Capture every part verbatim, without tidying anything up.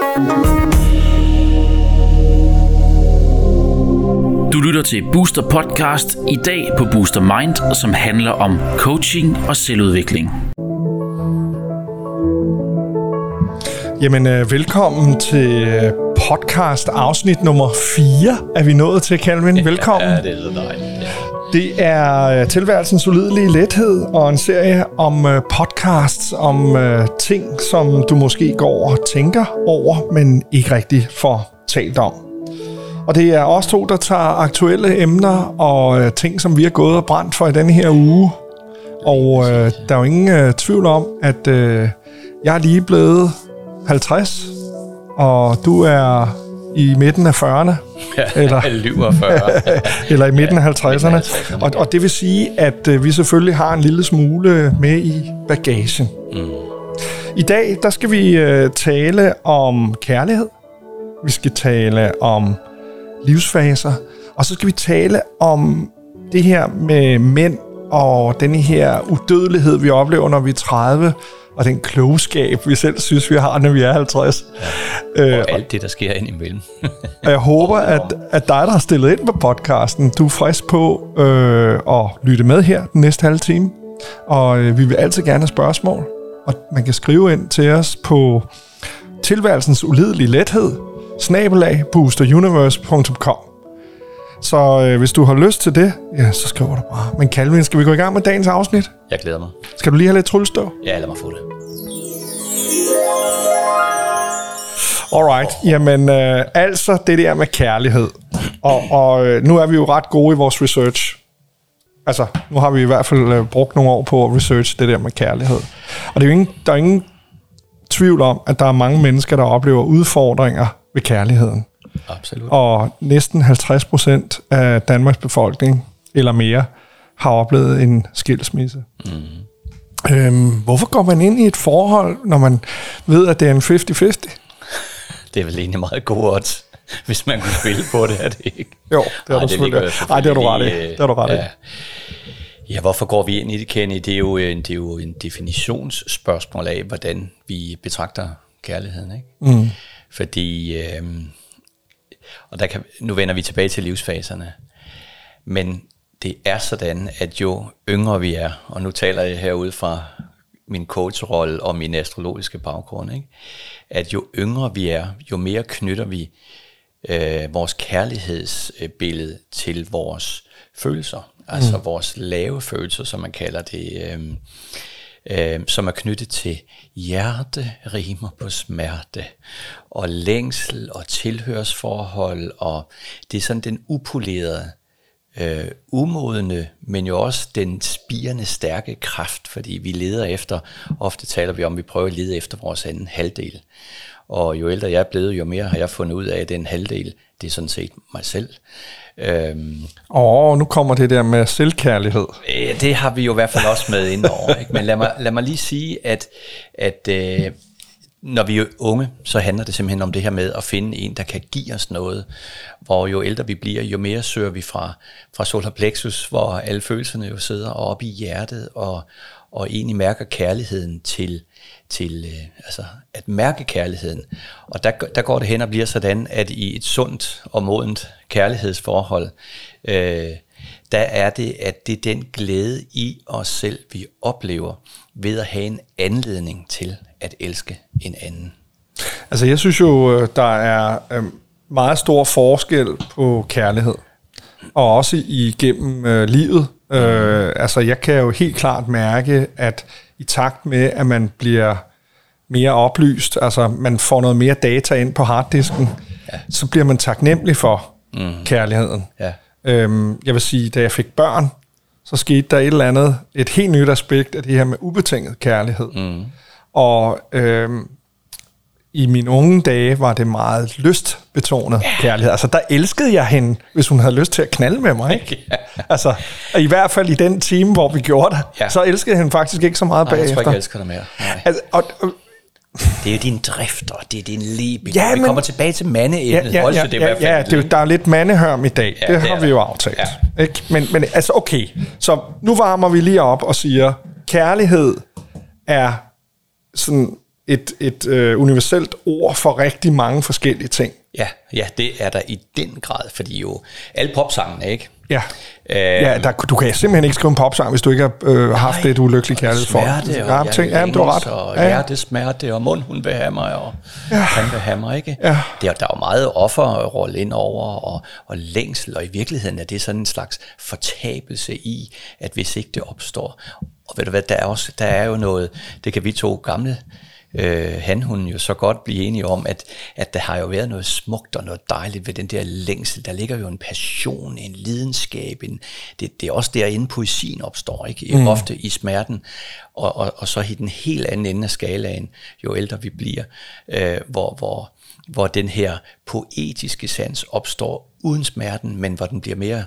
Du lytter til Booster Podcast, i dag på Booster Mind, som handler om coaching og selvudvikling. Jamen, øh, velkommen til podcast afsnit nummer fire, er vi nået til, Calvin. Velkommen. Ja, det er dejligt. Det er tilværelsens ulidelige lethed og en serie om øh, podcasts, om øh, ting, som du måske går og tænker over, men ikke rigtig får talt om. Og det er os to, der tager aktuelle emner og øh, ting, som vi har gået og brændt for i denne her uge. Og øh, der er jo ingen øh, tvivl om, at øh, jeg er lige blevet halvtreds, og du er i midten af fyrrerne. Ja, eller, lyver fyrre. eller i midten ja, af halvtredserne. Og, og det vil sige, at øh, vi selvfølgelig har en lille smule med i bagagen. Mm. I dag, der skal vi øh, tale om kærlighed. Vi skal tale om livsfaser. Og så skal vi tale om det her med mænd og denne her udødelighed, vi oplever, når vi er tredive. Og den klogskab, vi selv synes, vi har, når vi er halvtreds. Ja. Og øh, alt det, der sker indimellem. Og jeg håber, at, at dig, der har stillet ind på podcasten, du er frisk på øh, at lytte med her den næste halve time. Og øh, vi vil altid gerne have spørgsmål. Og man kan skrive ind til os på tilværelsens ulidelige lethed, snabelag boosteruniverse punktum com. Så øh, hvis du har lyst til det, ja, så skriver du bare. Men Calvin, skal vi gå i gang med dagens afsnit? Jeg glæder mig. Skal du lige have lidt tryllestøv? Ja, lad mig få det. Alright, jamen øh, altså det der med kærlighed. Og, og øh, nu er vi jo ret gode i vores research. Altså, nu har vi i hvert fald øh, brugt nogle år på at research det der med kærlighed. Og det er jo ingen, der er ingen tvivl om, at der er mange mennesker, der oplever udfordringer ved kærligheden. Absolut. Og næsten halvtreds procent af Danmarks befolkning, eller mere, har oplevet en skilsmisse. Mm. Øhm, hvorfor går man ind i et forhold, når man ved, at det er en halvtreds halvtreds? Det er vel egentlig meget gode odds, hvis man kunne spille på det, er det ikke? Jo, det er du selvfølgelig. Nej, det er du ret i. Det er du ret i. Ja. Ja, hvorfor går vi ind i det, Kenny? Det er jo en, det er jo en definitionsspørgsmål af, hvordan vi betragter kærligheden, ikke? Mm. Fordi, øh, og der kan, nu vender vi tilbage til livsfaserne, men det er sådan, at jo yngre vi er, og nu taler jeg herude fra min coachrolle og min astrologiske baggrund, ikke? At jo yngre vi er, jo mere knytter vi øh, vores kærlighedsbillede til vores følelser, altså mm. vores lave følelser, som man kalder det, øh, øh, som er knyttet til hjerte rimer på smerte, og længsel og tilhørsforhold, og det er sådan den upolerede, øh, umodne, men jo også den spirende stærke kraft, fordi vi leder efter, ofte taler vi om, at vi prøver at lede efter vores anden halvdel. Og jo ældre jeg er blevet, jo mere har jeg fundet ud af, at den halvdel, det er sådan set mig selv. Øhm, Åh, oh, nu kommer det der med selvkærlighed. Øh, det har vi jo i hvert fald også med indover. Ikke? Men lad mig, lad mig lige sige, at, at øh, når vi er unge, så handler det simpelthen om det her med at finde en, der kan give os noget. Hvor jo ældre vi bliver, jo mere søger vi fra, fra solar plexus, hvor alle følelserne jo sidder oppe i hjertet, og, og egentlig mærker kærligheden til, til øh, altså at mærke kærligheden. Og der, der går det hen og bliver sådan, at i et sundt og modent kærlighedsforhold, øh, der er det, at det er den glæde i os selv, vi oplever ved at have en anledning til at elske en anden. Altså jeg synes jo, der er meget stor forskel på kærlighed, og også igennem øh, livet. Øh, altså jeg kan jo helt klart mærke, at i takt med, at man bliver mere oplyst, altså man får noget mere data ind på harddisken, ja. Så bliver man taknemmelig for mm. kærligheden. Ja. Øhm, jeg vil sige, da jeg fik børn, så skete der et eller andet, et helt nyt aspekt af det her med ubetinget kærlighed. Mm. Og øhm, i mine unge dage var det meget lystbetonet yeah. kærlighed. Altså der elskede jeg hende, hvis hun havde lyst til at knalde med mig, ikke? Yeah. Altså i hvert fald i den time, hvor vi gjorde det, yeah. så elskede jeg hende faktisk ikke så meget bagefter. Nej, jeg tror ikke, jeg elsker dig mere. Altså, og, og, det er jo din drift, og det er din liebe. Ja, vi men, kommer tilbage til mandeemnet. Ja, ja, ja, ja, ja, ja det, der er lidt mandehørm i dag. Ja, det, det har vi jo aftalt. Ja. Ikke? Men, men altså okay, så nu varmer vi lige op og siger, kærlighed er sådan et, et øh, universelt ord for rigtig mange forskellige ting. Ja, ja, det er der i den grad, fordi jo alle popsangene, ikke? Ja, øh, ja der, du kan simpelthen ikke skrive en popsang, hvis du ikke har øh, haft et ulykkeligt kærlighedsforhold. Smerte, og ja, ja, ting, ja, du har ret. Og ja, ja. hjertesmerte, og mund, hun vil have mig, og ja. han vil have mig, ikke? Ja. Der, der er jo meget offerrolle ind over, og, og længsel, og i virkeligheden er det sådan en slags fortabelse i, at hvis ikke det opstår. Og ved du hvad, der er, også, der er jo noget, det kan vi to gamle Øh, han hun jo så godt blive enige om, at, at der har jo været noget smukt og noget dejligt ved den der længsel. Der ligger jo en passion, en lidenskab. En, det, det er også derinde poesien opstår, ikke? Mm. Ofte i smerten, og, og, og så i den helt anden ende af skalaen, jo ældre vi bliver, øh, hvor, hvor, hvor den her poetiske sans opstår uden smerten, men hvor den bliver mere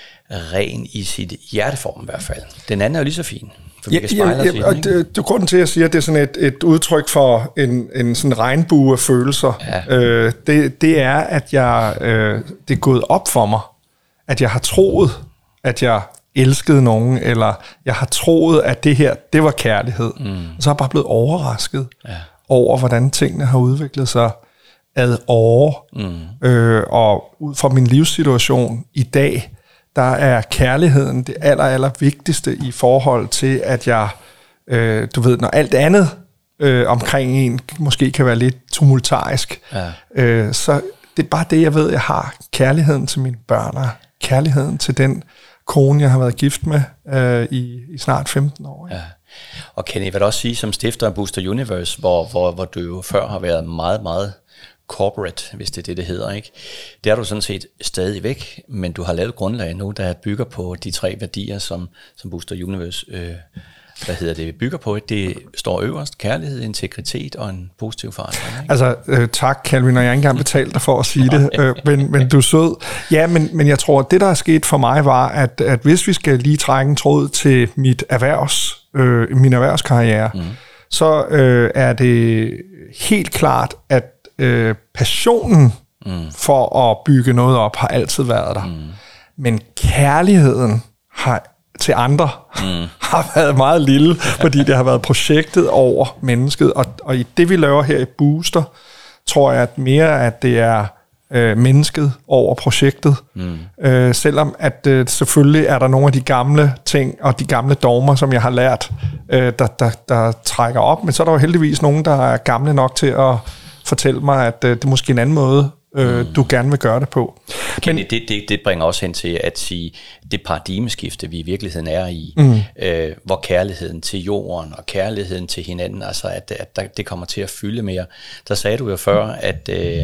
ren i sit hjerteform i hvert fald. Den anden er jo lige så fin. Ja, ja, ja, og det, det grunden til, at jeg siger, at det er sådan et, et udtryk for en, en sådan regnbue af følelser, ja. øh, det, det er, at jeg, øh, det er gået op for mig, at jeg har troet, at jeg elskede nogen, eller jeg har troet, at det her, det var kærlighed. Mm. Og så er jeg bare blevet overrasket ja. over, hvordan tingene har udviklet sig ad år. Mm. Øh, og ud fra min livssituation i dag, der er kærligheden det aller, aller vigtigste i forhold til, at jeg, øh, du ved, når alt andet øh, omkring en måske kan være lidt tumultarisk, ja. øh, så det er bare det, jeg ved, jeg har. Kærligheden til mine børn, og kærligheden til den kone, jeg har været gift med øh, i, i snart femten år. Ja. Ja. Og Kenny, jeg vil også sige, som stifter af Booster Universe, hvor, hvor, hvor du jo før har været meget, meget corporate, hvis det er det, det hedder, ikke? Det er du sådan set stadig væk, men du har lavet grundlag nu, der bygger på de tre værdier, som, som Booster Universe øh, hvad hedder det, bygger på. Det står øverst: kærlighed, integritet og en positiv forandring. Ikke? Altså, øh, tak Calvin, og jeg har ikke engang betalt dig for at sige det, øh, men, men du er sød. Ja, men, men jeg tror, at det, der er sket for mig, var, at, at hvis vi skal lige trække en tråd til mit erhvervs, øh, min erhvervskarriere, mm. så øh, er det helt klart, at Øh, passionen mm. for at bygge noget op har altid været der. Mm. Men kærligheden har, til andre mm. har været meget lille, fordi det har været projektet over mennesket. Og, og i det, vi laver her i Booster, tror jeg at mere, at det er øh, mennesket over projektet. Mm. Øh, selvom at øh, selvfølgelig er der nogle af de gamle ting og de gamle dogmer, som jeg har lært, øh, der, der, der trækker op. Men så er der jo heldigvis nogen, der er gamle nok til at fortæl mig, at øh, det er måske en anden måde, øh, mm. du gerne vil gøre det på. Men det, det, det bringer også hen til at sige, det paradigmeskifte, vi i virkeligheden er i, mm. øh, hvor kærligheden til jorden og kærligheden til hinanden, altså at, at der, det kommer til at fylde mere. Der sagde du jo før, at, øh,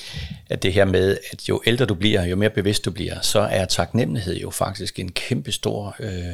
at det her med, at jo ældre du bliver, jo mere bevidst du bliver, så er taknemmelighed jo faktisk en kæmpe stor øh, øh,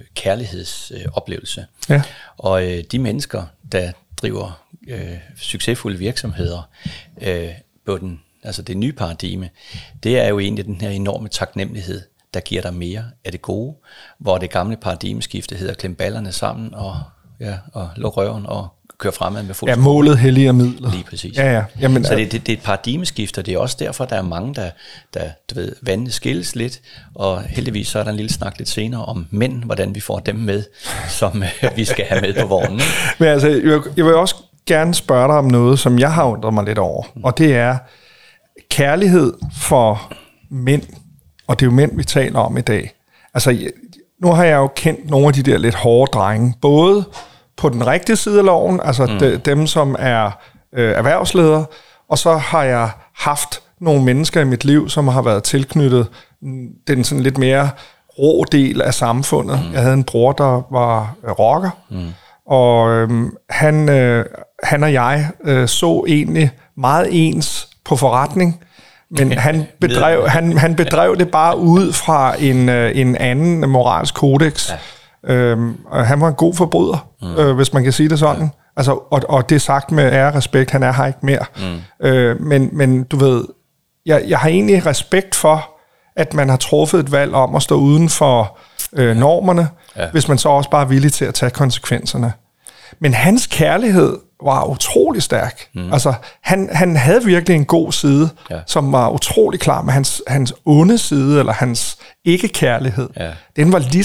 kærlighedsoplevelse. Øh, ja. Og øh, de mennesker, der driver øh, succesfulde virksomheder øh, på den, altså det nye paradigme, det er jo egentlig den her enorme taknemmelighed, der giver dig mere af det gode, hvor det gamle paradigmeskifte hedder klem ballerne sammen og, ja, og luk røven og køre fremad med fuld. Ja, målet helliger midler. Lige præcis. Ja, ja. Jamen, så det, det, det er et paradigmeskift, og det er også derfor, der er mange, der, der du ved, vandene skilles lidt, og heldigvis så er der en lille snak lidt senere om mænd, hvordan vi får dem med, som øh, vi skal have med på vognen. Men altså, jeg, jeg vil også gerne spørge dig om noget, som jeg har undret mig lidt over, mm. og det er kærlighed for mænd, og det er jo mænd, vi taler om i dag. Altså, nu har jeg jo kendt nogle af de der lidt hårde drenge, både på den rigtige side af loven, altså mm. de, dem, som er øh, erhvervsledere, og så har jeg haft nogle mennesker i mit liv, som har været tilknyttet den sådan lidt mere rå del af samfundet. Mm. Jeg havde en bror, der var øh, rocker, mm. og øh, han, øh, han og jeg øh, så egentlig meget ens på forretning, men han bedrev, han, han bedrev det bare ud fra en, øh, en anden moralsk kodex. Ja. Øhm, og han var en god forbryder, mm. øh, hvis man kan sige det sådan. Ja. Altså, og, og det er sagt med ære og respekt, han er her ikke mere. Mm. Øh, men, men du ved, jeg, jeg har egentlig respekt for, at man har truffet et valg om at stå uden for øh, normerne, ja. Hvis man så også bare er villig til at tage konsekvenserne. Men hans kærlighed var utrolig stærk. Mm. Altså, han, han havde virkelig en god side, ja. Som var utrolig klar med hans, hans onde side, eller hans ikke-kærlighed. Ja. Den var lige så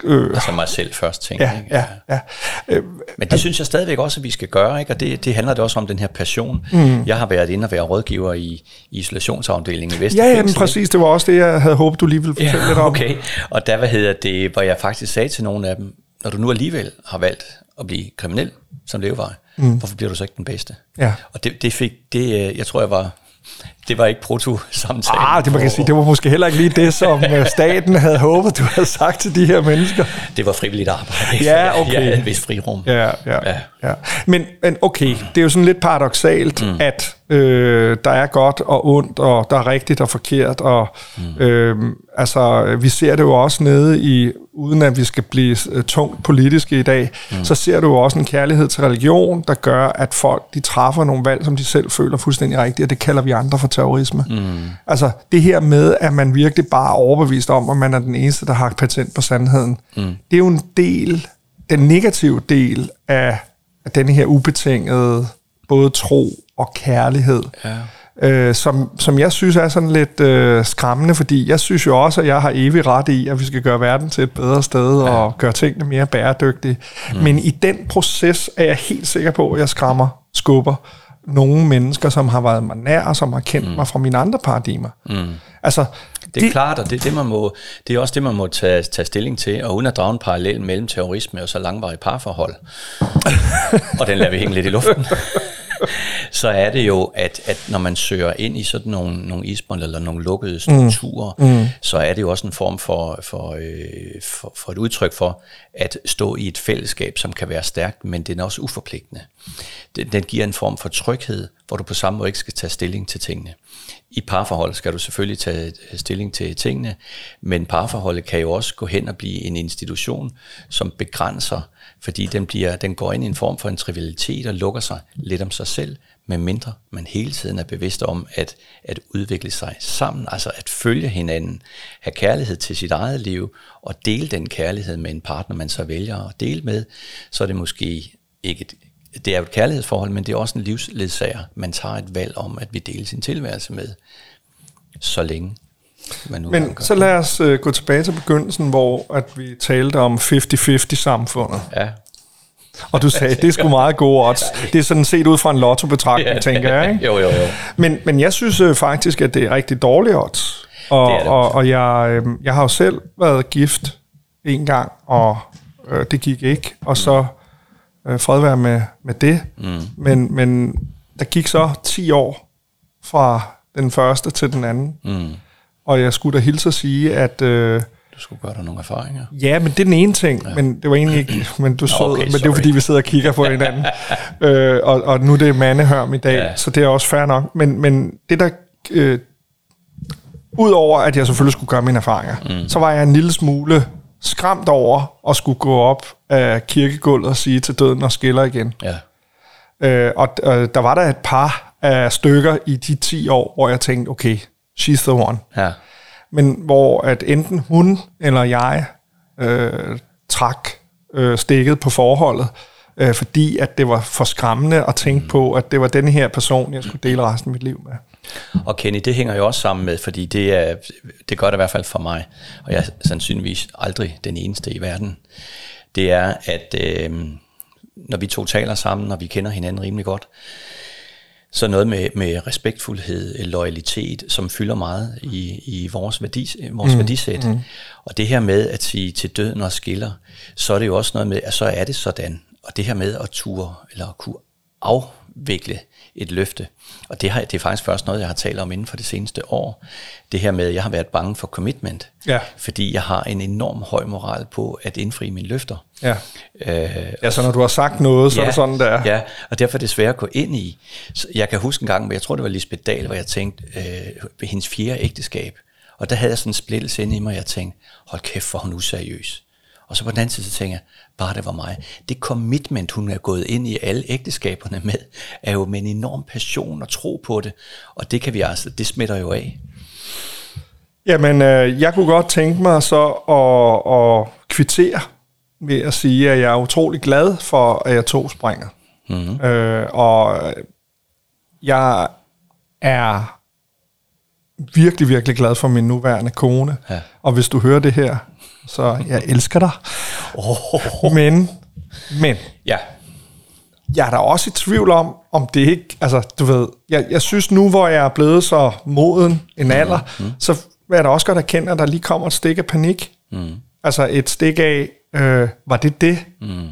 Øh, altså mig selv først, tænker ja, ikke? Ja, ja. Øh, Men det synes jeg stadigvæk også, at vi skal gøre, ikke? Og det, det handler det også om den her passion. Mm. Jeg har været inde og være rådgiver i, i isolationsafdelingen i Vester. Ja, ja, men præcis. Det var også det, jeg havde håbet, du lige ville fortælle ja, lidt om. Okay, og der, hvad hedder det, hvor jeg faktisk sagde til nogle af dem, når du nu alligevel har valgt at blive kriminel som levevej, mm. hvorfor bliver du så ikke den bedste? Ja. Og det, det fik, det, jeg tror, jeg var... Det var ikke proto-samtalen. Ah, det, man kan sige, det var måske heller ikke lige det, som staten havde håbet, du havde sagt til de her mennesker. Det var frivilligt arbejde. Ja, okay. Jeg havde et vist frirum. Ja, ja, ja. ja. Men, men okay, det er jo sådan lidt paradoksalt, mm. at øh, der er godt og ondt, og der er rigtigt og forkert. Og, mm. øh, altså, vi ser det jo også nede i, uden at vi skal blive tungt politiske i dag, mm. så ser du jo også en kærlighed til religion, der gør, at folk de træffer nogle valg, som de selv føler fuldstændig rigtigt, og det kalder vi andre for terrorisme. Mm. Altså det her med, at man virkelig bare er overbevist om, at man er den eneste, der har patent på sandheden, mm. det er jo en del, den negative del af, af denne her ubetingede både tro og kærlighed, ja. øh, som, som jeg synes er sådan lidt øh, skræmmende, fordi jeg synes jo også, at jeg har evig ret i, at vi skal gøre verden til et bedre sted, ja. og gøre tingene mere bæredygtige. Mm. Men i den proces er jeg helt sikker på, at jeg skræmmer, skubber nogle mennesker, som har været mig nær, og som har kendt mm. mig fra mine andre paradigmer. Mm. Altså, det er de, klart, og det er, det, man må, det er også det, man må tage, tage stilling til, og uden at drage en parallel mellem terrorisme og så langvarige parforhold, og den lader vi hænge lidt i luften, så er det jo, at, at når man søger ind i sådan nogle, nogle isbånd eller nogle lukkede strukturer, mm. Mm. så er det jo også en form for, for, øh, for, for et udtryk for at stå i et fællesskab, som kan være stærkt, men den er også uforpligtende. Den, den giver en form for tryghed, hvor du på samme måde ikke skal tage stilling til tingene. I parforhold skal du selvfølgelig tage stilling til tingene, men parforholdet kan jo også gå hen og blive en institution, som begrænser, fordi den, bliver, den går ind i en form for en trivialitet og lukker sig lidt om sig selv, medmindre man hele tiden er bevidst om at, at udvikle sig sammen, altså at følge hinanden, have kærlighed til sit eget liv, og dele den kærlighed med en partner, man så vælger at dele med, så er det måske ikke et, det er jo et kærlighedsforhold, men det er også en livsledsager. Man tager et valg om, at vi deler sin tilværelse med, så længe man nu Men så lad os uh, gå tilbage til begyndelsen, hvor at vi talte om halvtreds halvtreds samfundet. Ja. Og du sagde, det er sgu meget gode odds. Det er sådan set ud fra en lotto-betragtning, ja, tænker jeg, ikke? Jo, jo, jo. Men, men jeg synes uh, faktisk, at det er rigtig dårlige odds. Og, det det og, og jeg, øh, jeg har jo selv været gift en gang, og øh, det gik ikke. Og så øh, fred være med, med det. Mm. Men, men der gik så ti år fra den første til den anden. Mm. Og jeg skulle da hilse at sige, at... Øh, du skulle gøre dig nogle erfaringer. Ja, men det er den ene ting. Ja. Men det var egentlig ikke... Men, du så, okay, men det er fordi, vi sidder og kigger på hinanden. øh, og, og nu er det mandehørm i dag, ja. Så det er også fair nok. Men, men det der... Øh, Udover at jeg selvfølgelig skulle gøre mine erfaringer, mm. så var jeg en lille smule skræmt over at skulle gå op af kirkegulvet og sige til døden og skiller igen. Ja. Øh, og øh, der var der et par af stykker i de ti år, hvor jeg tænkte, okay, she's the one. Ja. Men hvor at enten hun eller jeg øh, trak øh, stikket på forholdet, øh, fordi at det var for skræmmende at tænke mm. på, at det var denne her person, jeg skulle dele resten af mit liv med. Og Kenny, det hænger jo også sammen med, fordi det er, det gør det i hvert fald for mig, og jeg er sandsynligvis aldrig den eneste i verden, det er, at øh, når vi to taler sammen, og vi kender hinanden rimelig godt, så noget med, med respektfuldhed, loyalitet, som fylder meget i, i vores, værdis, vores mm. værdisæt. Mm. Og det her med at sige til døden og skiller, så er det jo også noget med, at så er det sådan. Og det her med at ture, eller at kunne afvikle et løfte. Og det, har, det er faktisk først noget, jeg har talt om inden for det seneste år. Det her med, at jeg har været bange for commitment. Ja. Fordi jeg har en enorm høj moral på at indfri mine løfter. Ja, øh, ja så når du har sagt noget, så ja, er det sådan, der. Ja, og derfor er det svært at gå ind i. Så jeg kan huske en gang, jeg tror det var Lisbeth Dahl, hvor jeg tænkte, øh, ved hendes fjerde ægteskab. Og der havde jeg sådan en splittelse inde i mig, og jeg tænkte, hold kæft, hvor hun useriøs. Og så på den anden side, så tænker jeg, bare det var mig. Det commitment, hun er gået ind i alle ægteskaberne med, er jo med en enorm passion og tro på det. Og det kan vi altså, det smitter jo af. Jamen, øh, jeg kunne godt tænke mig så at, at kvittere ved at sige, at jeg er utrolig glad for, at jeg tog springet. Mm-hmm. Øh, og jeg er virkelig, virkelig glad for min nuværende kone. Ja. Og hvis du hører det her, så jeg elsker dig. Oh. Men, men, ja. jeg er da også i tvivl om, om det ikke, altså du ved, jeg, jeg synes nu, hvor jeg er blevet så moden en alder, mm. så vil jeg da også godt erkende, at der lige kommer et stik af panik. Mm. Altså et stik af, øh, var det det? Mm.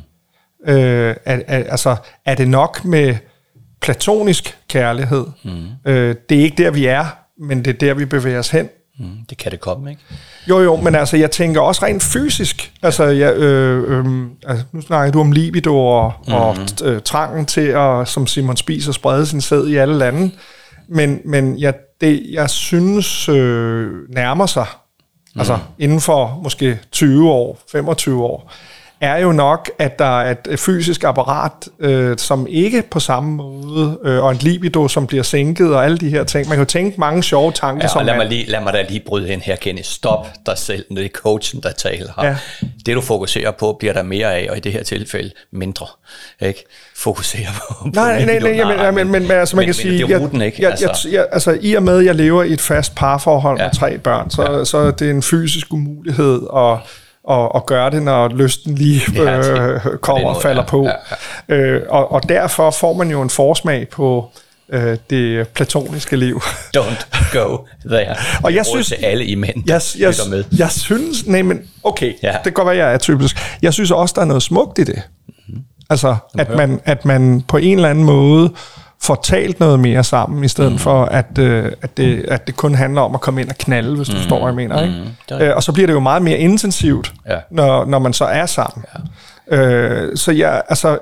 Øh, er, er, altså, er det nok med platonisk kærlighed? Mm. Øh, det er ikke der, vi er, men det er der, vi bevæger os hen. Mm. Det kan det komme, ikke? Jo, jo, men altså, jeg tænker også rent fysisk. Altså, jeg, øh, øh, altså nu snakker du om libido og, mm. og øh, trangen til at, som Simon Spies, sprede sin sæd i alle lande. Men, men jeg, det, jeg synes øh, nærmer sig, mm. altså inden for måske tyve år, femogtyve år, er jo nok, at der er et fysisk apparat, øh, som ikke på samme måde, øh, og en libido, som bliver sænket, og alle de her ting. Man kan jo tænke mange sjove tanker. Ja, som lad, mig lige, lad mig da lige bryde ind her, Kenny. Stop dig selv, når det er coachen, der taler her. Ja. Det, du fokuserer på, bliver der mere af, og i det her tilfælde mindre. Ikke? Fokusere på, på nej, nej, nej, nej, nej, men, men, men altså, man men, kan men, sige, det er ruten, ikke? Jeg, jeg, jeg, altså, i og med, at jeg lever i et fast parforhold ja. med tre børn, så, ja. så er det en fysisk umulighed, og Og, og gøre det, når lysten lige øh, kommer og falder på. Ja, ja. Øh, og, og derfor får man jo en forsmag på øh, det platoniske liv. Don't go there. Og jeg synes, til alle I mænd, jeg, jeg, med. jeg synes, nej, men okay, ja. det kan godt være, jeg er typisk. Jeg synes også, der er noget smukt i det. Mm-hmm. Altså, at man, at man på en eller anden måde får talt noget mere sammen, i stedet mm. for, at, øh, at, det, at det kun handler om at komme ind og knalde, hvis du mm. forstår, hvad jeg mener. Ikke? Mm. Øh, og så bliver det jo meget mere intensivt, ja. når, når man så er sammen. Ja. Øh, så jeg, altså,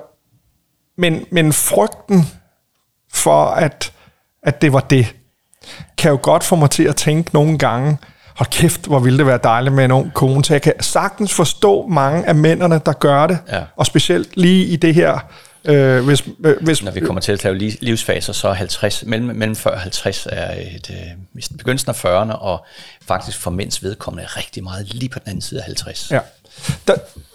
men, men frygten for, at, at det var det, kan jo godt få mig til at tænke nogle gange, hold kæft, hvor ville det være dejligt med en ung kone. Så jeg kan sagtens forstå mange af mændene, der gør det, ja. og specielt lige i det her. Øh, hvis, øh, hvis, Når vi kommer til at lave livsfaser, så halvtreds, mellem, mellem fyrre og halvtreds er et, øh, begyndelsen af fyrrerne, og faktisk for mænds vedkommende rigtig meget lige på den anden side af halvtreds. Ja. Der,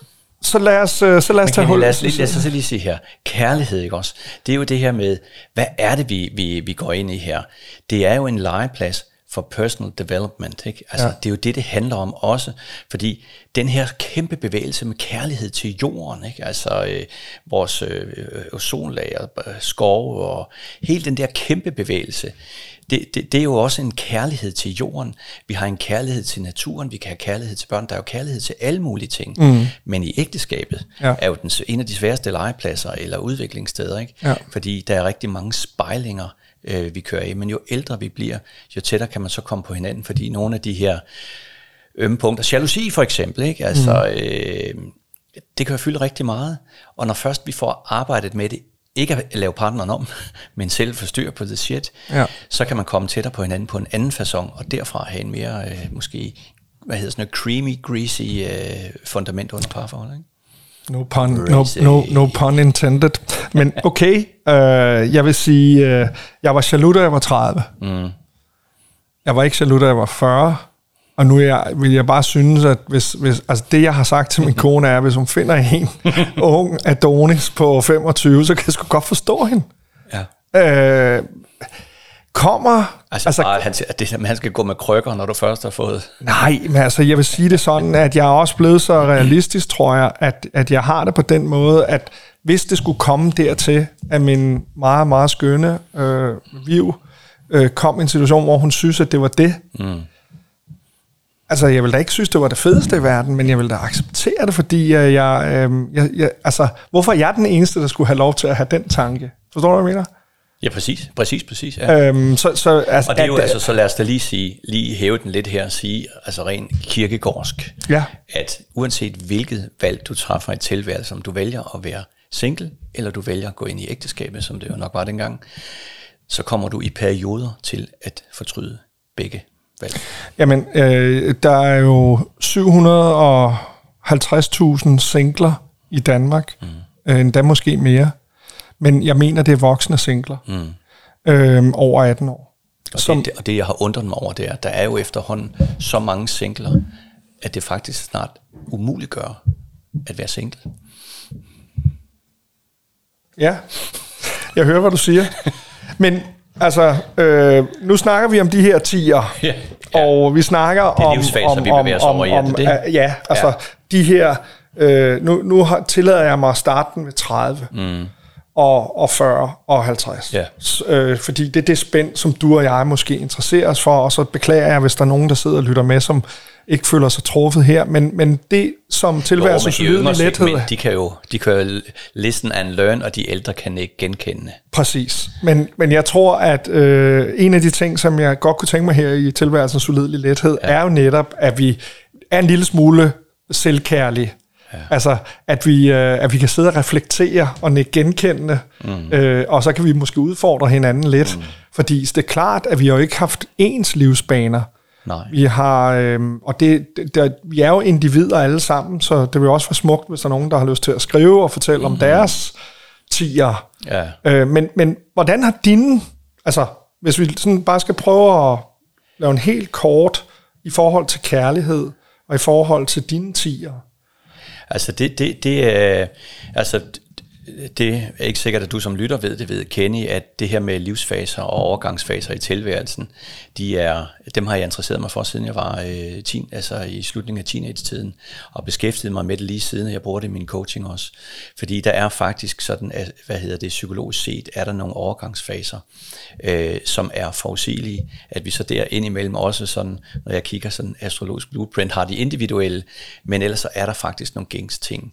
så lad os, så lad os tage hul. Lad os, lad os så lige sige her, kærlighed, ikke også? Det er jo det her med, hvad er det, vi, vi, vi går ind i her? Det er jo en legeplads for personal development, ikke? Altså, ja. det er jo det, det handler om også, fordi den her kæmpe bevægelse med kærlighed til jorden, ikke? Altså øh, vores øh, ozonlager, øh, skove og hele den der kæmpe bevægelse, det, det, det er jo også en kærlighed til jorden. Vi har en kærlighed til naturen, vi kan have kærlighed til børn, der er jo kærlighed til alle mulige ting, mm. men i ægteskabet ja. er jo den, en af de sværeste legepladser eller udviklingssteder, ikke? Ja. Fordi der er rigtig mange spejlinger, vi kører af, men jo ældre vi bliver, jo tættere kan man så komme på hinanden, fordi nogle af de her ømme punkter, jalousi for eksempel, ikke? Altså, mm. øh, det kan jo fylde rigtig meget, og når først vi får arbejdet med det, ikke at lave partneren om, men selv forstyrre på det shit, ja. så kan man komme tættere på hinanden på en anden facon, og derfra have en mere, øh, måske, hvad hedder sådan noget, creamy, greasy øh, fundament under parforhold, ikke? No pun, no, no, no pun intended. Men okay, øh, jeg vil sige, øh, jeg var jaloux, da jeg var tredive. Mm. Jeg var ikke jaloux, da jeg var fyrre. Og nu jeg, vil jeg bare synes, at hvis, hvis, altså det, jeg har sagt til min kone, er, at hvis hun finder en ung Adonis på femogtyve, så kan jeg sgu godt forstå hende. Ja. Øh, kommer... Altså, altså bare, han, det, han skal gå med krykker, når du først har fået... Nej, men altså, jeg vil sige det sådan, at jeg er også blevet så realistisk, tror jeg, at, at jeg har det på den måde, at hvis det skulle komme dertil, at min meget, meget skønne øh, Viv øh, kom i en situation, hvor hun synes, at det var det. Mm. Altså, jeg vil da ikke synes, det var det fedeste i verden, men jeg vil da acceptere det, fordi jeg, jeg, øh, jeg, jeg altså, hvorfor er jeg den eneste, der skulle have lov til at have den tanke? Forstår du, hvad jeg mener? Ja, præcis, præcis, præcis. Ja. Øhm, så, så, altså, og det er jo, at, altså, så lad os da lige sige, lige hæve den lidt her og sige, altså rent kirkegårdsk, ja. at uanset hvilket valg du træffer i tilværelse, om du vælger at være single, eller du vælger at gå ind i ægteskabet, som det jo nok var dengang, så kommer du i perioder til at fortryde begge valg. Jamen, øh, der er jo syv hundrede og halvtreds tusind singler i Danmark, mm. øh, endda måske mere. Men jeg mener, det er voksne singler mm. øhm, over atten år. Og, som, det, og det, jeg har undret mig over, det er, at der er jo efterhånden så mange singler, at det faktisk snart umuliggør at være single. Ja, jeg hører, hvad du siger. Men altså, øh, nu snakker vi om de her tier, ja, ja. og vi snakker om... Det er livsfaser, vi bevæger os over i, er det det? Ja, altså, ja. de her... Øh, nu nu har, tillader jeg mig at starte den ved tredive, mm. og, og fyrre og halvtreds. Ja. S, øh, fordi det er det spænd, som du og jeg måske interesserer os for, og så beklager jeg, hvis der er nogen, der sidder og lytter med, som ikke føler sig truffet her, men, men det, som tilværelsen så lyder lethed... Men de kan jo de kan jo listen and learn, og de ældre kan ikke genkende. Præcis. Men, men jeg tror, at øh, en af de ting, som jeg godt kunne tænke mig her i tilværelsens solidlige lethed, ja. er jo netop, at vi er en lille smule selvkærlige. Ja. Altså, at vi, øh, at vi kan sidde og reflektere og nikke genkendende, mm. øh, og så kan vi måske udfordre hinanden lidt. Mm. Fordi det er klart, at vi har jo ikke haft ens livsbaner. Nej. Vi har, øh, og det, det, vi er jo individer alle sammen, så det vil også være smukt, hvis der er nogen, der har lyst til at skrive og fortælle mm. om deres tier. Ja. Øh, men, men hvordan har dine, altså hvis vi sådan bare skal prøve at lave en helt kort i forhold til kærlighed, og i forhold til dine tier? Altså det, det, det er, altså det er ikke sikkert, at du som lytter ved, det ved Kenny, at det her med livsfaser og overgangsfaser i tilværelsen, de er, dem har jeg interesseret mig for, siden jeg var øh, teen, altså i slutningen af teenage-tiden, og beskæftiget mig med det lige siden, jeg bruger det i min coaching også. Fordi der er faktisk sådan, at, hvad hedder det, psykologisk set, er der nogle overgangsfaser, øh, som er forudsigelige, at vi så der indimellem også sådan, når jeg kigger sådan astrologisk blueprint, har de individuelle, men ellers så er der faktisk nogle gængs ting.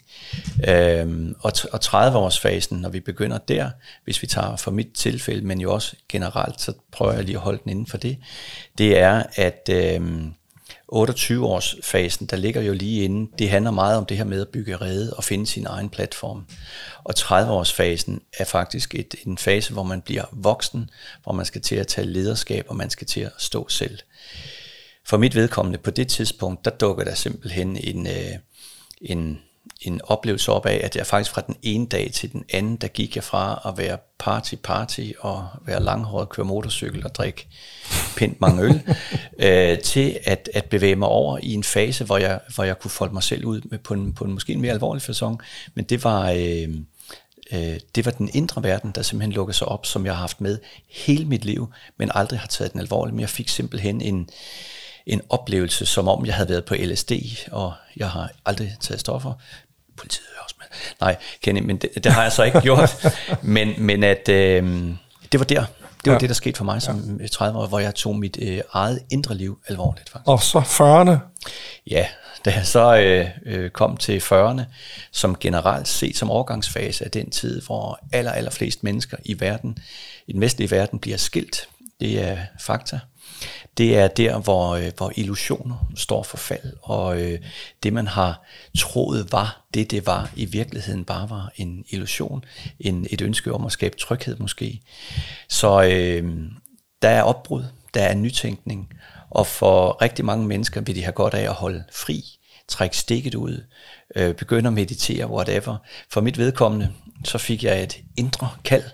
Øh, og, og tredive fasen, når vi begynder der, hvis vi tager for mit tilfælde, men jo også generelt, så prøver jeg lige at holde den inden for det, det er, at øh, otteogtyve års fasen, der ligger jo lige inde, det handler meget om det her med at bygge rede og finde sin egen platform. Og tredive års fasen er faktisk et, en fase, hvor man bliver voksen, hvor man skal til at tage lederskab, og man skal til at stå selv. For mit vedkommende, på det tidspunkt, der dukker der simpelthen en, øh, en en oplevelse op af, at jeg faktisk fra den ene dag til den anden, der gik jeg fra at være party-party og være langhåret, køre motorcykel og drikke pint mange øl, øh, til at, at bevæge mig over i en fase, hvor jeg, hvor jeg kunne folde mig selv ud med på en, på en måske en mere alvorlig facon, men det var, øh, øh, det var den indre verden, der simpelthen lukkede sig op, som jeg har haft med hele mit liv, men aldrig har taget den alvorligt, men jeg fik simpelthen en en oplevelse, som om jeg havde været på L S D, og jeg har aldrig taget stoffer. Politiet er også med. Nej, Kenny, men det, det har jeg så ikke gjort. Men, men at øh, det var der. Det var ja. det, der skete for mig som ja. tredive år, hvor jeg tog mit øh, eget indre liv alvorligt, faktisk. Og så fyrrerne? Ja, da jeg så øh, øh, kom til fyrrerne, som generelt set som overgangsfase af den tid, hvor aller, aller flest mennesker i verden, i den vestlige verden, bliver skilt. Det er fakta. Det er der, hvor, øh, hvor illusioner står for fald, og øh, det man har troet var det, det var, i virkeligheden bare var en illusion, en, et ønske om at skabe tryghed måske. Så øh, der er opbrud, der er nytænkning, og for rigtig mange mennesker vil de have godt af at holde fri, trække stikket ud, øh, begynde at meditere, whatever. For mit vedkommende, så fik jeg et indre kald.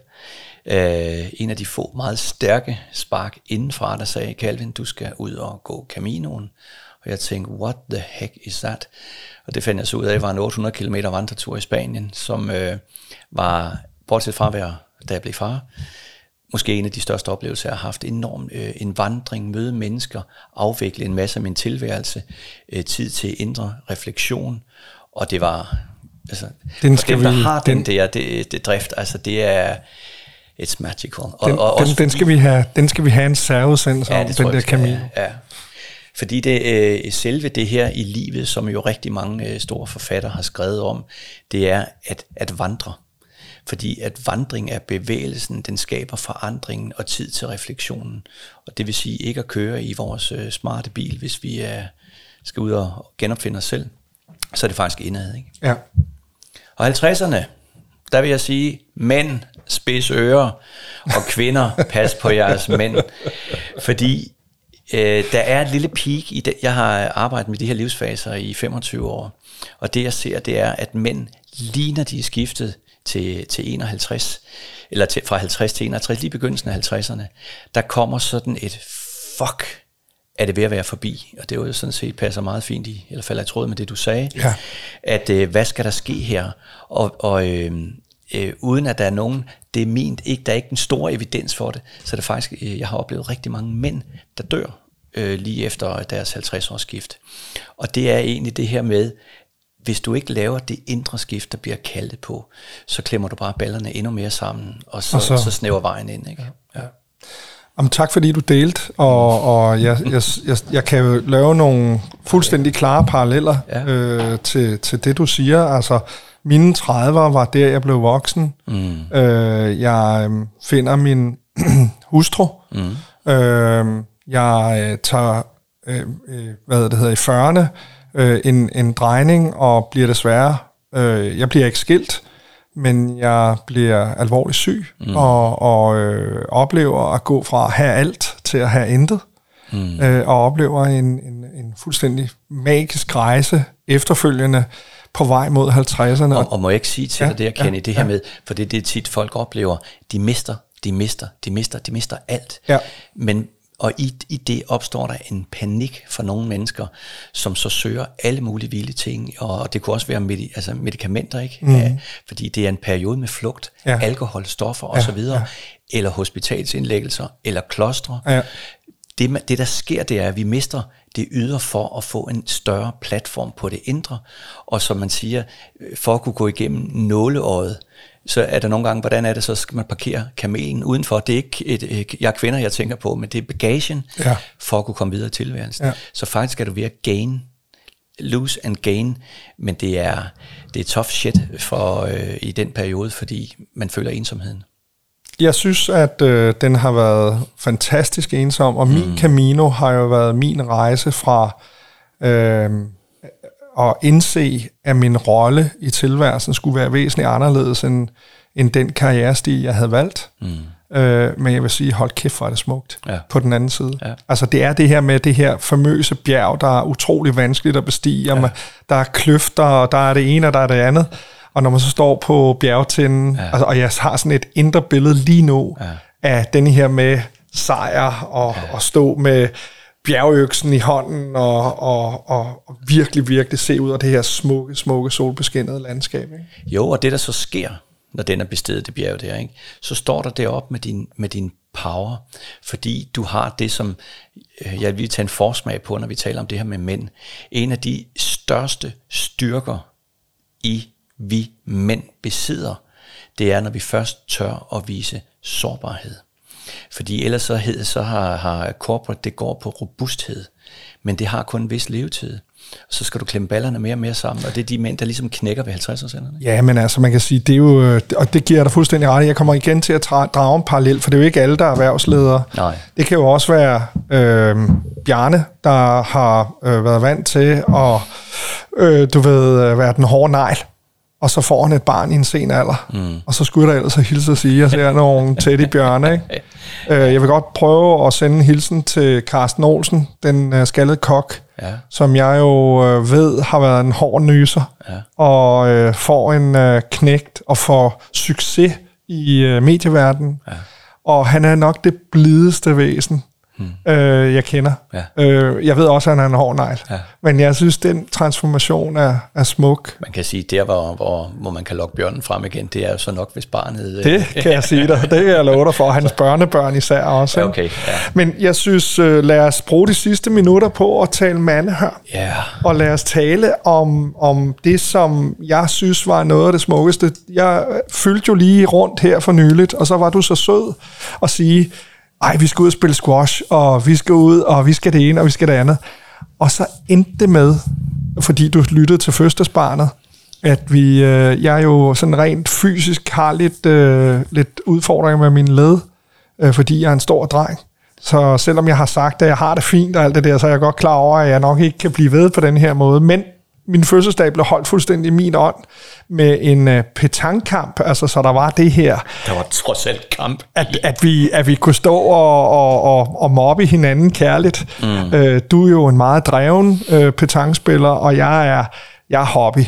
Uh, en af de få meget stærke spark indenfra, der sagde, Calvin, du skal ud og gå Caminoen. Og jeg tænkte, what the heck is that? Og det fandt jeg så ud af, var en otte hundrede kilometer vandretur i Spanien, som uh, var, bortset fra at være, da jeg blev far, måske en af de største oplevelser, jeg har haft. Enormt uh, en vandring, møde mennesker, afvikle en masse af min tilværelse, uh, tid til indre refleksion, og det var, altså, den for dem, der vi, har den, den der det, det drift, altså det er, it's magical. Og, den, og den, også, den, skal vi have, den skal vi have en særudsendelse ja, om, den der Camino. Ja, ja. Fordi det øh, selve det her i livet, som jo rigtig mange øh, store forfattere har skrevet om, det er at, at vandre. Fordi at vandring er bevægelsen, den skaber forandringen og tid til refleksionen. Og det vil sige ikke at køre i vores øh, smarte bil, hvis vi øh, skal ud og genopfinde os selv. Så er det faktisk indad, ikke? Ja. Og halvtredserne, der vil jeg sige, mænd, spids ører, og kvinder, pas på jeres mænd. Fordi øh, der er et lille peak i det. Jeg har arbejdet med de her livsfaser i femogtyve år, og det jeg ser, det er, at mænd ligner de er skiftet til, til enoghalvtreds, eller til, fra halvtreds til enoghalvtreds, lige begyndelsen af halvtredserne, der kommer sådan et fuck, er det ved at være forbi, og det er jo sådan set passer meget fint i, eller falder i tråd med det, du sagde, ja. at øh, hvad skal der ske her? Og, og øh, øh, uden at der er nogen, det er min, ikke, der er ikke en stor evidens for det, så det er faktisk, øh, jeg har oplevet rigtig mange mænd, der dør øh, lige efter deres halvtreds års skift. Og det er egentlig det her med, hvis du ikke laver det indre skift, der bliver kaldet på, så klemmer du bare ballerne endnu mere sammen, og så, og så, så snæver vejen ind. Ikke? Ja. Jamen, tak fordi du delte, og, og jeg, jeg, jeg, jeg kan jo lave nogle fuldstændig klare paralleller ja. øh, til, til det, du siger. Altså, mine tredivere var der, jeg blev voksen. Mm. Øh, jeg øh, finder min hustru. Mm. Øh, jeg øh, tager, øh, øh, hvad det hedder, i fyrrerne, øh, en, en drejning, og bliver desværre, øh, jeg bliver ikke skilt, men jeg bliver alvorligt syg, mm. og, og øh, oplever at gå fra at have alt til at have intet, mm. øh, og oplever en, en, en fuldstændig magisk rejse efterfølgende på vej mod halvtredserne. Og, og må jeg ikke sige til ja, dig det, jeg kender ja, det her ja. med, for det er det tit folk oplever, de mister, de mister, de mister, de mister alt. Ja. Men og i, i det opstår der en panik for nogle mennesker, som så søger alle mulige vilde ting, og det kunne også være medi- altså medicamenter, ikke? Mm. Ja, fordi det er en periode med flugt, ja. alkohol, stoffer ja, osv., ja. eller hospitalsindlæggelser, eller klostre. Ja. Det, det der sker, det er, at vi mister det ydre for at få en større platform på det indre, og som man siger, for at kunne gå igennem nåleøjet, så er der nogle gange, hvordan er det, så skal man parkere kamelen udenfor. Det er ikke et, et, jeg er kvinder, jeg tænker på, men det er bagagen ja. for at kunne komme videre i tilværelsen. Ja. Så faktisk er du ved at gain, lose and gain, men det er, det er tough shit for, øh, i den periode, fordi man føler ensomheden. Jeg synes, at øh, den har været fantastisk ensom, og min mm. Camino har jo været min rejse fra øh, at indse, at min rolle i tilværelsen skulle være væsentligt anderledes end, end den karrierestil, jeg havde valgt. Mm. Øh, men jeg vil sige, hold kæft, hvor er det smukt ja. på den anden side. Ja. Altså det er det her med det her famøse bjerg, der er utrolig vanskeligt at bestige. Ja. Der er kløfter, og der er det ene, og der er det andet. Og når man så står på bjergtinden, ja. altså, og jeg har sådan et indre billede lige nu ja. af denne her med sejr og, ja. og stå med bjergøksen i hånden og, og, og, og virkelig, virkelig se ud af det her smukke, smukke solbeskinnede landskab. Ikke? Jo, og det der så sker, når den er bestedet det bjerg der, ikke? Så står der deroppe med din, med din power, fordi du har det, som jeg vil tage en forsmag på, når vi taler om det her med mænd. En af de største styrker i vi mænd besidder, det er, når vi først tør at vise sårbarhed. Fordi ellers så, hed, så har, har corporate, det går på robusthed, men det har kun en vis levetid. Så skal du klemme ballerne mere og mere sammen, og det er de mænd, der ligesom knækker ved halvtreds-årsalderen. Ja, men altså man kan sige, det er jo, og det giver dig fuldstændig ret. Jeg kommer igen til at drage en parallel, for det er jo ikke alle, der er erhvervsledere. Nej. Det kan jo også være øh, Bjarne, der har øh, været vant til at, øh, du ved, være den hårde negl. Og så får han et barn i en sen alder. Mm. Og så skulle der ellers hilse at sige, at jeg ser nogle teddybjørne. Ikke? Jeg vil godt prøve at sende en hilsen til Carsten Olsen, den skaldede kok, ja. som jeg jo ved har været en hård nyser, ja. og øh, får en øh, knægt og får succes i øh, medieverdenen. Ja. Og han er nok det blideste væsen, Hmm. Øh, jeg kender. Ja. Øh, jeg ved også, at han er en hård negl. Ja. Men jeg synes, den transformation er, er smuk. Man kan sige, der hvor, hvor, hvor man kan lokke bjørnen frem igen, det er jo så nok, hvis barnet... Det kan jeg sige dig. Det kan jeg love dig for. Hans børnebørn især også. Okay, ja. Men jeg synes, lad os bruge de sidste minutter på at tale mandehør. Yeah. Og lad os tale om, om det, som jeg synes var noget af det smukkeste. Jeg fyldte jo lige rundt her for nyligt, og så var du så sød at sige... Ej, vi skal ud og spille squash, og vi skal ud, og vi skal det ene, og vi skal det andet. Og så endte det med, fordi du lyttede til fødselsbarnet, at vi, øh, jeg jo sådan rent fysisk har lidt, øh, lidt udfordringer med min led, øh, fordi jeg er en stor dreng. Så selvom jeg har sagt, at jeg har det fint og alt det der, så er jeg godt klar over, at jeg nok ikke kan blive ved på den her måde. Men min fødselsdag blev holdt fuldstændig i min ånd med en uh, petanque-kamp, altså så der var det her. Der var trods alt kamp. At, at, vi, at vi kunne stå og, og, og, og mobbe hinanden kærligt. Mm. Uh, du er jo en meget dreven uh, petanque-spiller, og jeg er, jeg er hobby.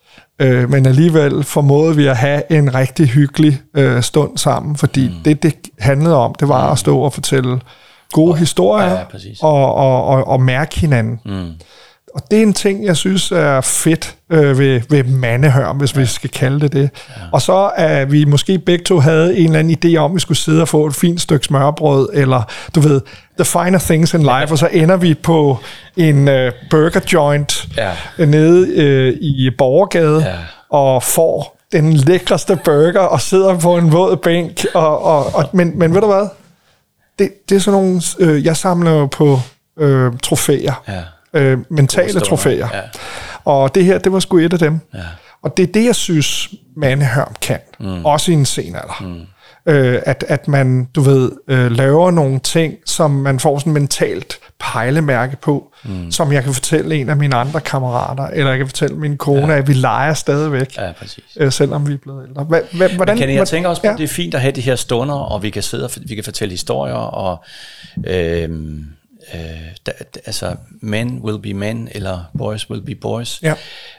Uh, men alligevel formåede vi at have en rigtig hyggelig uh, stund sammen, fordi mm. det, det handlede om, det var mm. at stå og fortælle gode historier, ja, og, og, og, og mærke hinanden. Mm. og det er en ting, jeg synes er fedt øh, ved, ved mandehørm, hvis ja. vi skal kalde det det. Ja. Og så at vi måske begge to havde en eller anden idé om, at vi skulle sidde og få et fint stykke smørbrød, eller du ved, the finer things in life, ja. og så ender vi på en øh, burger joint ja. nede øh, i Borgergade, ja. og får den lækreste burger, og sidder på en våd bænk. Og, og, og, men, men ved du hvad? Det, det er sådan nogle, øh, jeg samler jo på øh, trofæer. Ja. Øh, mentale trofæer. Ja. Og det her, det var sgu et af dem. Ja. Og det er det, jeg synes, mandehørm kan. Mm. Også i en sen alder. Mm. Øh, at, at man, du ved, øh, laver nogle ting, som man får sådan mentalt pejlemærke på, mm. som jeg kan fortælle en af mine andre kammerater, eller jeg kan fortælle min kone, ja. at vi leger stadigvæk, ja, præcis. Øh, selvom vi er blevet ældre. Hva, hva, hvordan, Men kan jeg tænker også på, ja. det er fint at have de her stunder, og vi kan sidde og vi kan fortælle historier, og øh, øh, da, altså, men will be men, eller boys will be boys. Ja.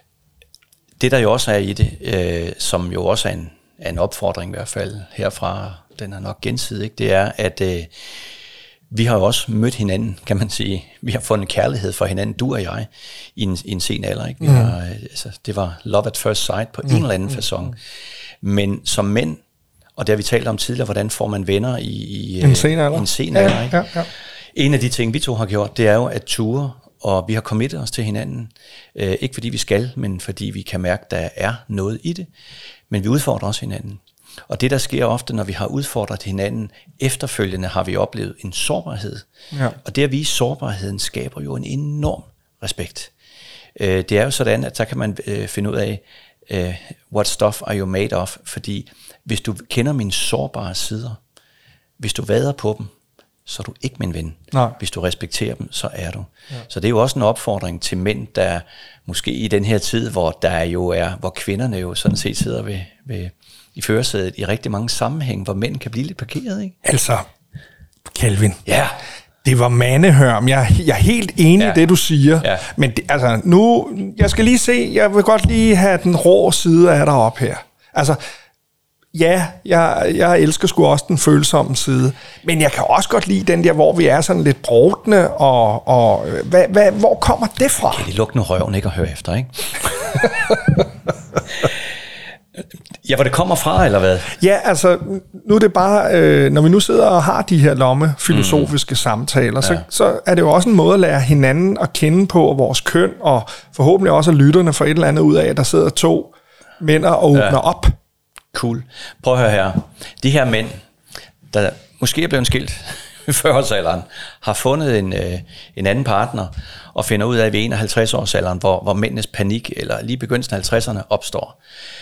Det, der jo også er i det, øh, som jo også er en, er en opfordring i hvert fald herfra, den er nok gensidig, ikke? Det er, at øh, vi har jo også mødt hinanden, kan man sige. Vi har fundet kærlighed for hinanden, du og jeg, i en, i en sen alder. Ikke? Vi mm. har, altså, det var love at first sight på mm. en eller anden mm. facon. Men som mænd, og det har vi talt om tidligere, hvordan får man venner i, i en sen alder. En, sen alder, ikke? Ja, ja, ja. En af de ting, vi to har gjort, det er jo at ture, og vi har committet os til hinanden. Øh, ikke fordi vi skal, men fordi vi kan mærke, at der er noget i det. Men vi udfordrer også hinanden. Og det, der sker ofte, når vi har udfordret hinanden, efterfølgende har vi oplevet en sårbarhed. Ja. Og det at vise sårbarheden skaber jo en enorm respekt. Øh, det er jo sådan, at så kan man øh, finde ud af, øh, what stuff are you made of? Fordi hvis du kender mine sårbare sider, hvis du vader på dem, så er du ikke min ven. Nej. Hvis du respekterer dem, så er du. Ja. Så det er jo også en opfordring til mænd, der måske i den her tid, hvor der jo er, hvor kvinderne jo sådan set sidder ved, ved i førersædet i rigtig mange sammenhæng, hvor mænd kan blive lidt parkeret, ikke? Altså, Kelvin. Ja. Det var mandehørm. Jeg, jeg er helt enig i ja. det, du siger. Ja. Men det, altså, nu, jeg skal lige se, jeg vil godt lige have den rå side af dig op her. Altså, ja, jeg, jeg elsker sgu også den følsomme side, men jeg kan også godt lide den der, hvor vi er sådan lidt brodne, og, og hvad, hvad, hvor kommer det fra? Kan de lukke nu røven, ikke, og høre efter, ikke? Ja, hvor det kommer fra, eller hvad? Ja, altså, nu er det bare, øh, når vi nu sidder og har de her lomme filosofiske mm. samtaler, ja. så, så er det jo også en måde at lære hinanden at kende på vores køn, og forhåbentlig også at lytterne får et eller andet ud af, at der sidder to mænd og åbner ja. op. Cool. Prøv at høre her. De her mænd, der måske er blevet skilt i fyrre-årsalderen, har fundet en, øh, en anden partner, og finder ud af ved enoghalvtreds-årsalderen, hvor, hvor mændenes panik, eller lige begyndelsen af halvtredserne, opstår.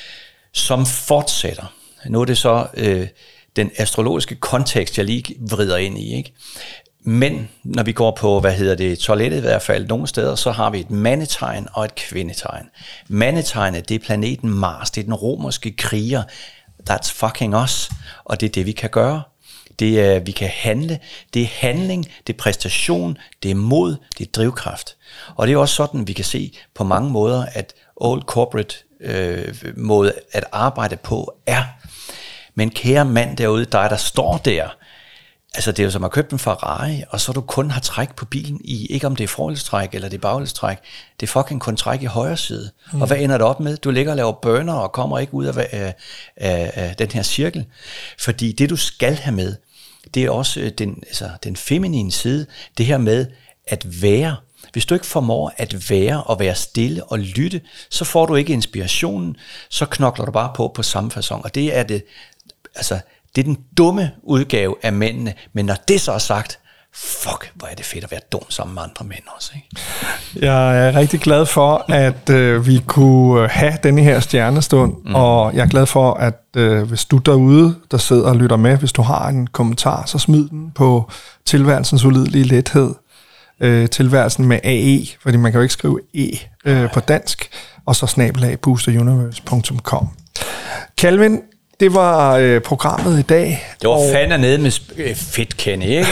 Som fortsætter. Nu er det så øh, den astrologiske kontekst, jeg lige vrider ind i, ikke? Men når vi går på, hvad hedder det, toilettet i hvert fald, nogle steder, så har vi et mandetegn og et kvindetegn. Mandetegnet, det er planeten Mars, det er den romerske kriger. That's fucking us. Og det er det, vi kan gøre. Det er, vi kan handle. Det er handling, det er præstation, det er mod, det er drivkraft. Og det er også sådan, vi kan se på mange måder, at old corporate øh, måde at arbejde på er. Men kære mand derude, dig der står der, altså det er jo som at købe en Ferrari, og så du kun har træk på bilen i, ikke om det er forhjulstræk eller det er baghjulstræk, det er fucking kun træk i højre side. Mm. Og hvad ender det op med? Du ligger og laver burner og kommer ikke ud af, af, af, af den her cirkel. Fordi det du skal have med, det er også den, altså, den feminine side, det her med at være. Hvis du ikke formår at være og være stille og lytte, så får du ikke inspirationen, så knokler du bare på på samme facon. Og det er det, altså, det er den dumme udgave af mændene, men når det så er sagt, fuck, hvor er det fedt at være dum sammen med andre mænd også, ikke? Jeg er rigtig glad for, at øh, vi kunne have denne her stjernestund, mm. og jeg er glad for, at øh, hvis du derude, der sidder og lytter med, hvis du har en kommentar, så smid den på tilværelsens ulidelige lethed, øh, tilværelsen med A E, fordi man kan jo ikke skrive E øh, på dansk, og så snabelag booster universe punktum com. Kelvin, det var øh, programmet i dag. Det var og... fandme nede med sp- fedt, Kenny, ikke?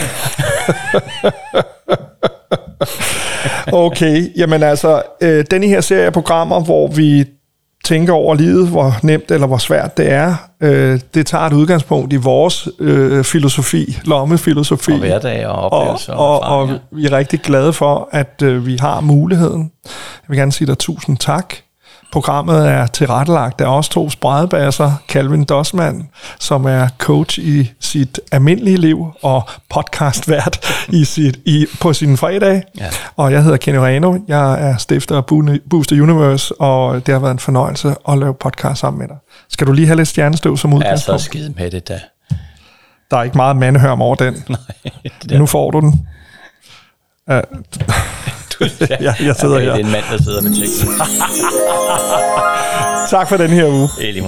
Okay, jamen altså, øh, denne her serie af programmer, hvor vi tænker over livet, hvor nemt eller hvor svært det er. Øh, det tager et udgangspunkt i vores øh, filosofi, lommefilosofi. Og hverdag og oplevelser. Og, og, og, og vi er rigtig glade for, at øh, vi har muligheden. Jeg vil gerne sige dig tusind tak. Programmet er tilrettelagt af os to spredebasser, Calvin Dossmann, som er coach i sit almindelige liv og podcastvært i sit, i, på sine fredage. Ja. Og jeg hedder Kenny Reno. Jeg er stifter af Booster Universe, og det har været en fornøjelse at lave podcast sammen med dig. Skal du lige have lidt stjernestøv som udgangspunkt? Jeg er så skide med det da. Der er ikke meget mandehørm over den. Nej, det nu får du den. Uh, ja, jeg sidder okay, her. Det er en mand, der sidder med teksten. Tak for den her uge.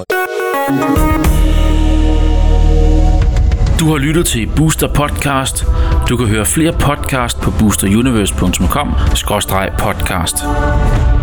Du har lyttet til Booster Podcast. Du kan høre flere podcast på booster universe punktum com skråstreg podcast.